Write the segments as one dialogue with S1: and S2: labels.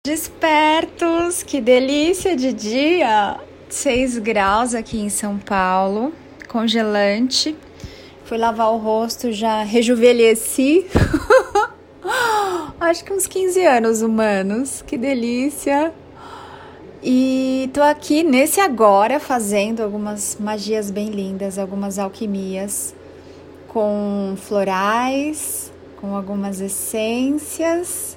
S1: Despertos, que delícia de dia, 6 graus aqui em São Paulo, congelante. Fui lavar o rosto, já rejuvenesci, acho que uns 15 anos humanos, que delícia. E tô aqui nesse agora fazendo algumas magias bem lindas, algumas alquimias com florais, com algumas essências.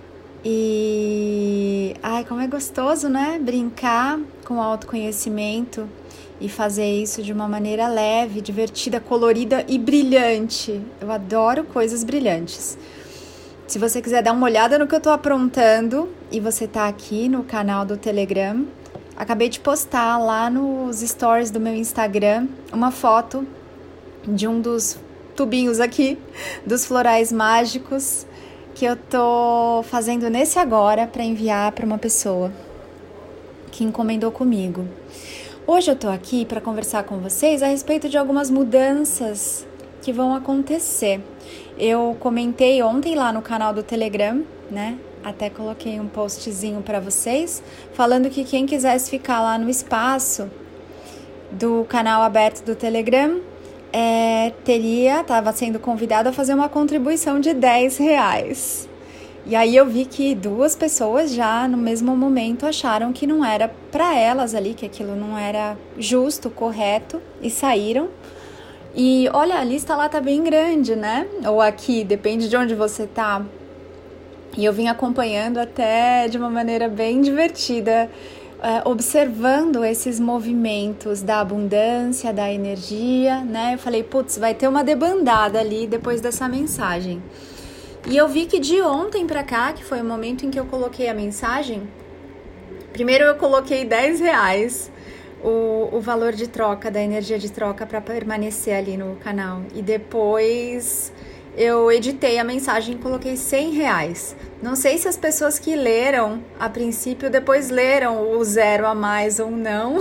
S1: E ai, como é gostoso, né? Brincar com o autoconhecimento e fazer isso de uma maneira leve, divertida, colorida e brilhante. Eu adoro coisas brilhantes. Se você quiser dar uma olhada no que eu tô aprontando e você tá aqui no canal do Telegram, acabei de postar lá nos stories do meu Instagram uma foto de um dos tubinhos aqui, dos florais mágicos, que eu tô fazendo nesse agora para enviar para uma pessoa que encomendou comigo. Hoje eu tô aqui para conversar com vocês a respeito de algumas mudanças que vão acontecer. Eu comentei ontem lá no canal do Telegram, né? Até coloquei um postzinho para vocês, falando que quem quisesse ficar lá no espaço do canal aberto do Telegram, estava sendo convidado a fazer uma contribuição de R$10. E aí eu vi que 2 pessoas já no mesmo momento acharam que não era para elas ali, que aquilo não era justo, correto, e saíram. E olha, a lista lá tá bem grande, né? Ou aqui, depende de onde você tá. E eu vim acompanhando até de uma maneira bem divertida, observando esses movimentos da abundância, da energia, né? Eu falei, putz, vai ter uma debandada ali depois dessa mensagem. E eu vi que de ontem pra cá, que foi o momento em que eu coloquei a mensagem, primeiro eu coloquei R$10, o valor de troca, da energia de troca para permanecer ali no canal. E depois eu editei a mensagem e coloquei R$100. Não sei se as pessoas que leram a princípio depois leram o 0 a mais ou não.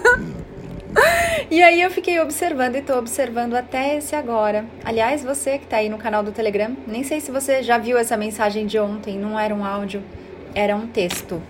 S1: E aí eu fiquei observando e tô observando até esse agora. Aliás, você que tá aí no canal do Telegram, nem sei se você já viu essa mensagem de ontem, não era um áudio, era um texto.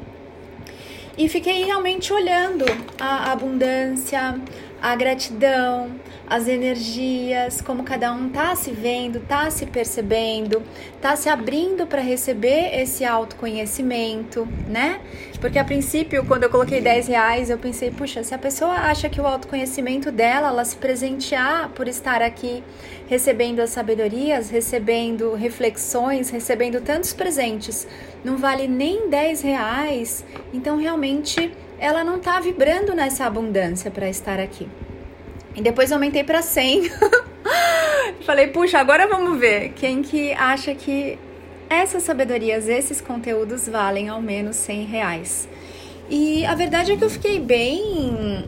S1: E fiquei realmente olhando a abundância, a gratidão, as energias, como cada um tá se vendo, tá se percebendo, tá se abrindo para receber esse autoconhecimento, né? Porque a princípio, quando eu coloquei R$10, eu pensei, puxa, se a pessoa acha que o autoconhecimento dela, ela se presentear por estar aqui recebendo as sabedorias, recebendo reflexões, recebendo tantos presentes, não vale nem R$10, então realmente ela não tá vibrando nessa abundância para estar aqui. E depois eu aumentei para 100. Falei, puxa, agora vamos ver quem que acha que essas sabedorias, esses conteúdos valem ao menos R$100. E a verdade é que eu fiquei bem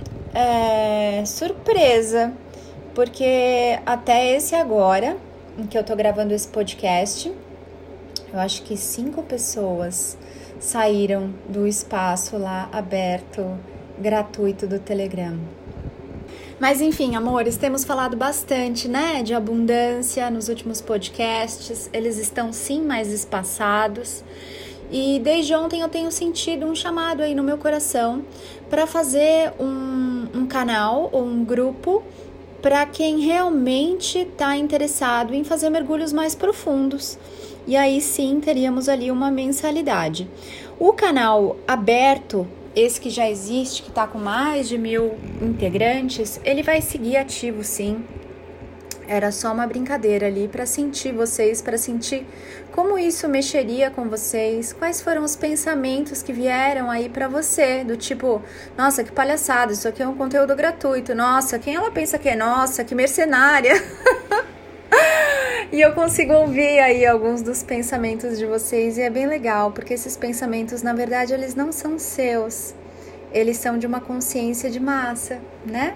S1: surpresa, porque até esse agora, em que eu tô gravando esse podcast, eu acho que 5 pessoas saíram do espaço lá aberto, gratuito do Telegram. Mas enfim, amores, temos falado bastante, né, de abundância nos últimos podcasts. Eles estão sim mais espaçados. E desde ontem eu tenho sentido um chamado aí no meu coração para fazer um canal ou um grupo para quem realmente está interessado em fazer mergulhos mais profundos. E aí sim teríamos ali uma mensalidade. O canal aberto, esse que já existe, que está com mais de 1.000 integrantes, ele vai seguir ativo sim. Era só uma brincadeira ali para sentir vocês, para sentir como isso mexeria com vocês, quais foram os pensamentos que vieram aí para você, do tipo, nossa, que palhaçada, isso aqui é um conteúdo gratuito, nossa, quem ela pensa que é, nossa, que mercenária. E eu consigo ouvir aí alguns dos pensamentos de vocês e é bem legal, porque esses pensamentos, na verdade, eles não são seus. Eles são de uma consciência de massa, né?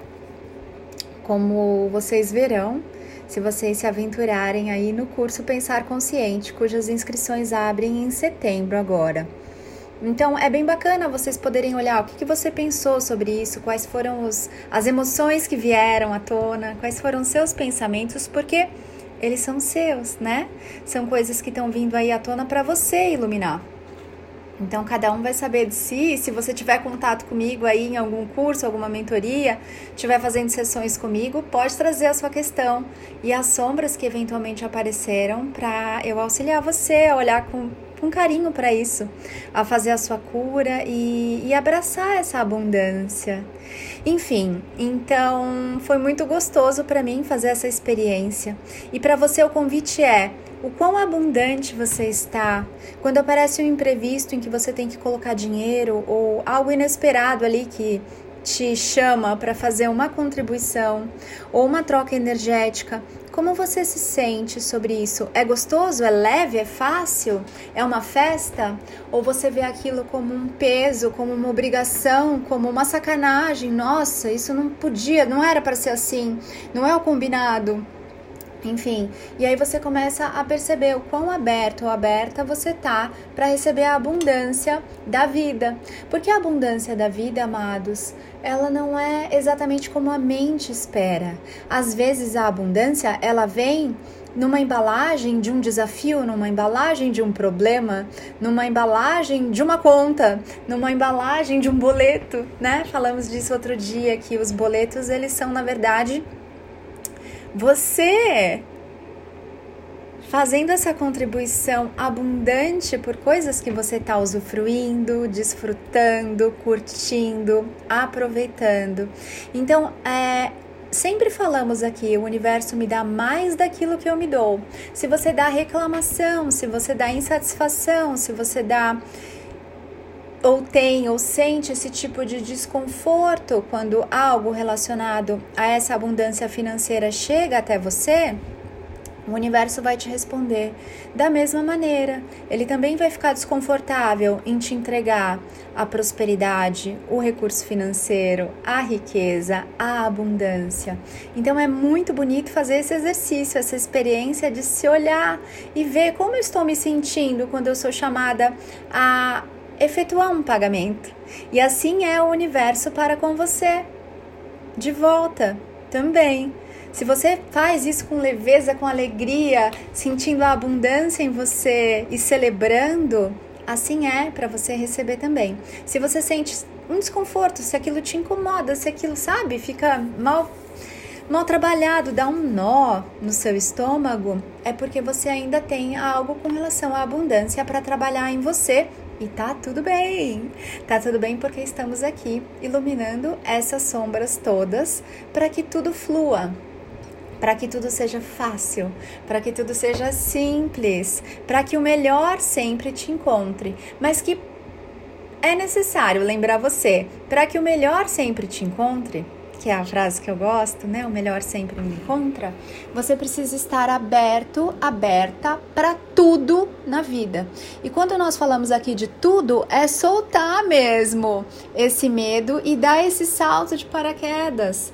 S1: Como vocês verão, se vocês se aventurarem aí no curso Pensar Consciente, cujas inscrições abrem em setembro agora. Então, é bem bacana vocês poderem olhar o que você pensou sobre isso, quais foram as emoções que vieram à tona, quais foram os seus pensamentos, porque eles são seus, né? São coisas que estão vindo aí à tona para você iluminar. Então, cada um vai saber de si. Se você tiver contato comigo aí em algum curso, alguma mentoria, estiver fazendo sessões comigo, pode trazer a sua questão e as sombras que eventualmente apareceram para eu auxiliar você a olhar com carinho para isso, a fazer a sua cura e abraçar essa abundância. Enfim, então foi muito gostoso para mim fazer essa experiência. E para você o convite é: o quão abundante você está quando aparece um imprevisto em que você tem que colocar dinheiro ou algo inesperado ali que te chama para fazer uma contribuição ou uma troca energética. Como você se sente sobre isso? É gostoso? É leve? É fácil? É uma festa? Ou você vê aquilo como um peso, como uma obrigação, como uma sacanagem? Nossa, isso não podia, não era para ser assim, não é o combinado. Enfim, e aí você começa a perceber o quão aberto ou aberta você tá para receber a abundância da vida. Porque a abundância da vida, amados, ela não é exatamente como a mente espera. Às vezes a abundância, ela vem numa embalagem de um desafio, numa embalagem de um problema, numa embalagem de uma conta, numa embalagem de um boleto, né? Falamos disso outro dia, que os boletos, eles são, na verdade, você fazendo essa contribuição abundante por coisas que você está usufruindo, desfrutando, curtindo, aproveitando. Então, sempre falamos aqui, o universo me dá mais daquilo que eu me dou. Se você dá reclamação, se você dá insatisfação, se você dá ou tem ou sente esse tipo de desconforto quando algo relacionado a essa abundância financeira chega até você, o universo vai te responder da mesma maneira. Ele também vai ficar desconfortável em te entregar a prosperidade, o recurso financeiro, a riqueza, a abundância. Então é muito bonito fazer esse exercício, essa experiência de se olhar e ver como eu estou me sentindo quando eu sou chamada a efetuar um pagamento. E assim é o universo para com você. De volta também. Se você faz isso com leveza, com alegria, sentindo a abundância em você e celebrando, assim é para você receber também. Se você sente um desconforto, se aquilo te incomoda, se aquilo, sabe, fica mal trabalhado, dá um nó no seu estômago, é porque você ainda tem algo com relação à abundância para trabalhar em você. E tá tudo bem. Tá tudo bem porque estamos aqui iluminando essas sombras todas para que tudo flua, para que tudo seja fácil, para que tudo seja simples, para que o melhor sempre te encontre. Mas que é necessário lembrar você, para que o melhor sempre te encontre, que é a frase que eu gosto, né? O melhor sempre me encontra. Você precisa estar aberto, aberta para tudo na vida. E quando nós falamos aqui de tudo, é soltar mesmo esse medo e dar esse salto de paraquedas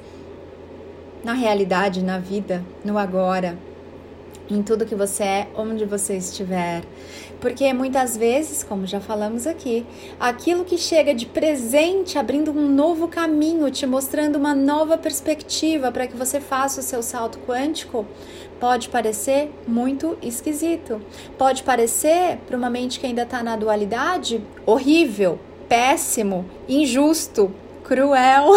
S1: na realidade, na vida, no agora, em tudo que você é, onde você estiver. Porque muitas vezes, como já falamos aqui, aquilo que chega de presente, abrindo um novo caminho, te mostrando uma nova perspectiva para que você faça o seu salto quântico, pode parecer muito esquisito. Pode parecer, para uma mente que ainda está na dualidade, horrível, péssimo, injusto, cruel.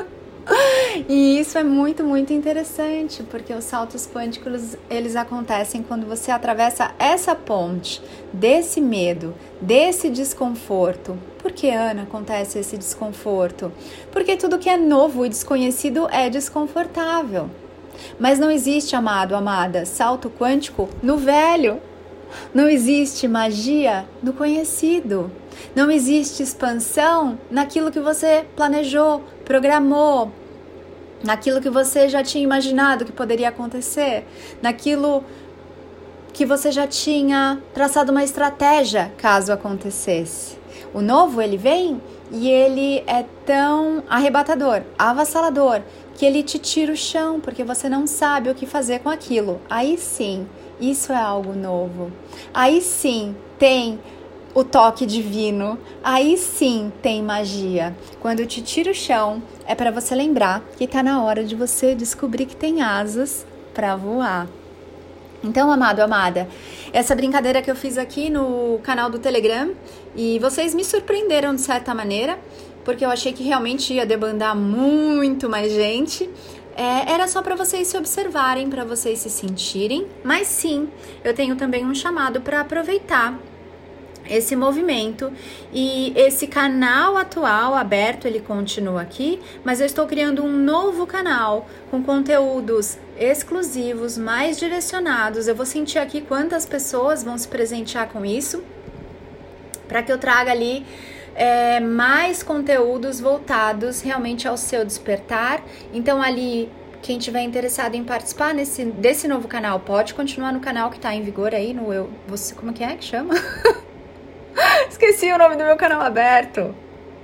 S1: E isso é muito, muito interessante, porque os saltos quânticos, eles acontecem quando você atravessa essa ponte desse medo, desse desconforto. Por que, Ana, acontece esse desconforto? Porque tudo que é novo e desconhecido é desconfortável. Mas não existe, amado, amada, salto quântico no velho. Não existe magia no conhecido. Não existe expansão naquilo que você planejou, programou, naquilo que você já tinha imaginado que poderia acontecer, naquilo que você já tinha traçado uma estratégia caso acontecesse. O novo, ele vem e ele é tão arrebatador, avassalador, que ele te tira o chão, porque você não sabe o que fazer com aquilo. Aí sim, isso é algo novo. Aí sim, tem o toque divino, aí sim tem magia. Quando te tira o chão, é para você lembrar que está na hora de você descobrir que tem asas para voar. Então, amado, amada, essa brincadeira que eu fiz aqui no canal do Telegram, e vocês me surpreenderam de certa maneira, porque eu achei que realmente ia debandar muito mais gente. Era só para vocês se observarem, para vocês se sentirem, mas sim, eu tenho também um chamado para aproveitar esse movimento, e esse canal atual aberto, ele continua aqui, mas eu estou criando um novo canal com conteúdos exclusivos, mais direcionados. Eu vou sentir aqui quantas pessoas vão se presentear com isso, para que eu traga ali mais conteúdos voltados realmente ao seu despertar. Então ali, quem tiver interessado em participar desse novo canal, pode continuar no canal que está em vigor aí, como que chama? Esqueci o nome do meu canal aberto.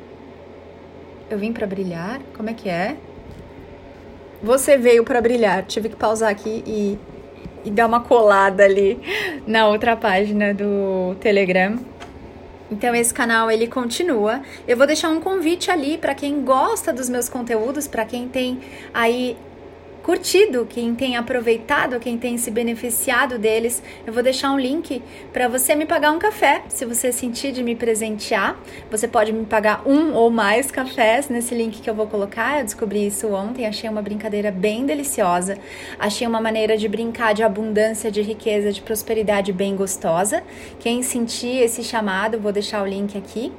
S1: Eu vim pra brilhar? Como é que é? Você veio pra brilhar. Tive que pausar aqui e dar uma colada ali na outra página do Telegram. Então esse canal, ele continua. Eu vou deixar um convite ali para quem gosta dos meus conteúdos, para quem tem aí curtido, quem tem aproveitado, quem tem se beneficiado deles. Eu vou deixar um link para você me pagar um café, se você sentir de me presentear. Você pode me pagar um ou mais cafés nesse link que eu vou colocar. Eu descobri isso ontem, achei uma brincadeira bem deliciosa. Achei uma maneira de brincar de abundância, de riqueza, de prosperidade bem gostosa. Quem sentir esse chamado, vou deixar o link aqui.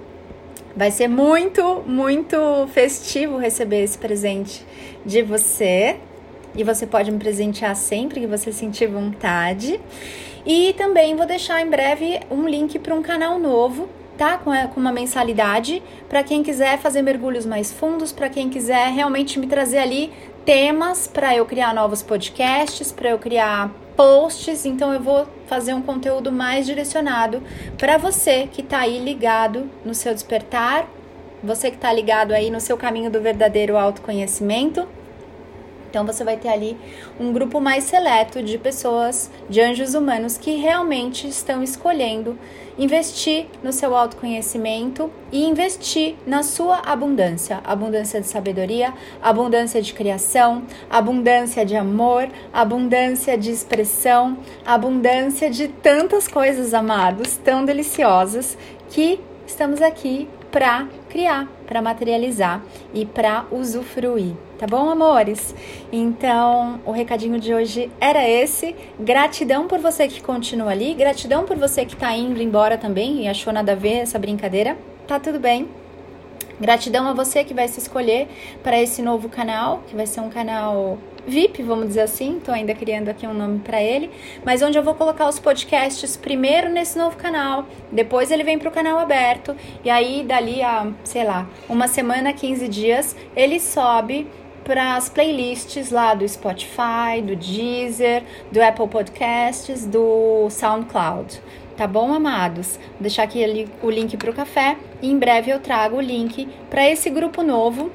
S1: Vai ser muito, muito festivo receber esse presente de você. E você pode me presentear sempre que você sentir vontade. E também vou deixar em breve um link para um canal novo, tá? Com uma mensalidade, para quem quiser fazer mergulhos mais fundos, para quem quiser realmente me trazer ali temas para eu criar novos podcasts, para eu criar posts. Então eu vou fazer um conteúdo mais direcionado para você que está aí ligado no seu despertar, você que está ligado aí no seu caminho do verdadeiro autoconhecimento. Então você vai ter ali um grupo mais seleto de pessoas, de anjos humanos que realmente estão escolhendo investir no seu autoconhecimento e investir na sua abundância. Abundância de sabedoria, abundância de criação, abundância de amor, abundância de expressão, abundância de tantas coisas, amados, tão deliciosas, que estamos aqui para criar, para materializar e para usufruir. Tá bom, amores? Então, o recadinho de hoje era esse. Gratidão por você que continua ali. Gratidão por você que tá indo embora também e achou nada a ver essa brincadeira. Tá tudo bem. Gratidão a você que vai se escolher para esse novo canal, que vai ser um canal VIP, vamos dizer assim. Tô ainda criando aqui um nome para ele, mas onde eu vou colocar os podcasts primeiro nesse novo canal, depois ele vem pro canal aberto, e aí dali a, sei lá, uma semana, 15 dias, ele sobe para as playlists lá do Spotify, do Deezer, do Apple Podcasts, do SoundCloud. Tá bom, amados? Vou deixar aqui ali o link para o café e em breve eu trago o link para esse grupo novo,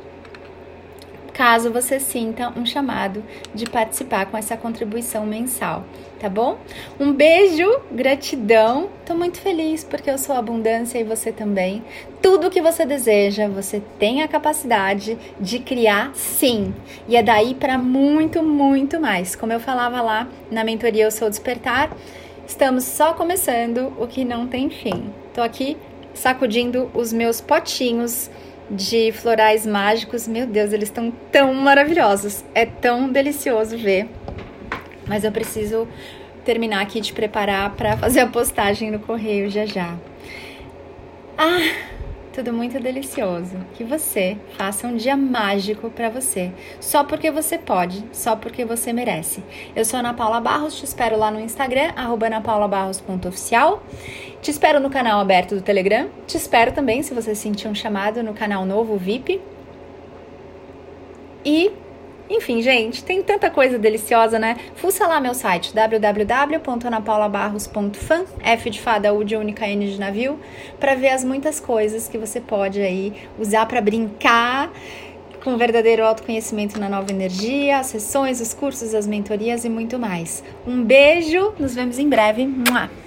S1: caso você sinta um chamado de participar com essa contribuição mensal, tá bom? Um beijo, gratidão. Tô muito feliz porque eu sou abundância e você também. Tudo que você deseja, você tem a capacidade de criar, sim. E é daí para muito, muito mais. Como eu falava lá na mentoria Eu Sou Despertar, estamos só começando o que não tem fim. Tô aqui sacudindo os meus potinhos de florais mágicos. Meu Deus, eles estão tão maravilhosos. É tão delicioso ver. Mas eu preciso terminar aqui de preparar para fazer a postagem no correio já já. Tudo muito delicioso. Que você faça um dia mágico para você. Só porque você pode, só porque você merece. Eu sou Ana Paula Barros, te espero lá no Instagram, @anapaulabarros.oficial. Te espero no canal aberto do Telegram. Te espero também, se você sentir um chamado, no canal novo VIP. E, enfim, gente, tem tanta coisa deliciosa, né? Fuça lá meu site, www.anapaulabarros.fan, F de fada, U de única, N de navio, para ver as muitas coisas que você pode aí usar para brincar com o verdadeiro autoconhecimento na nova energia, as sessões, os cursos, as mentorias e muito mais. Um beijo, nos vemos em breve. Mua!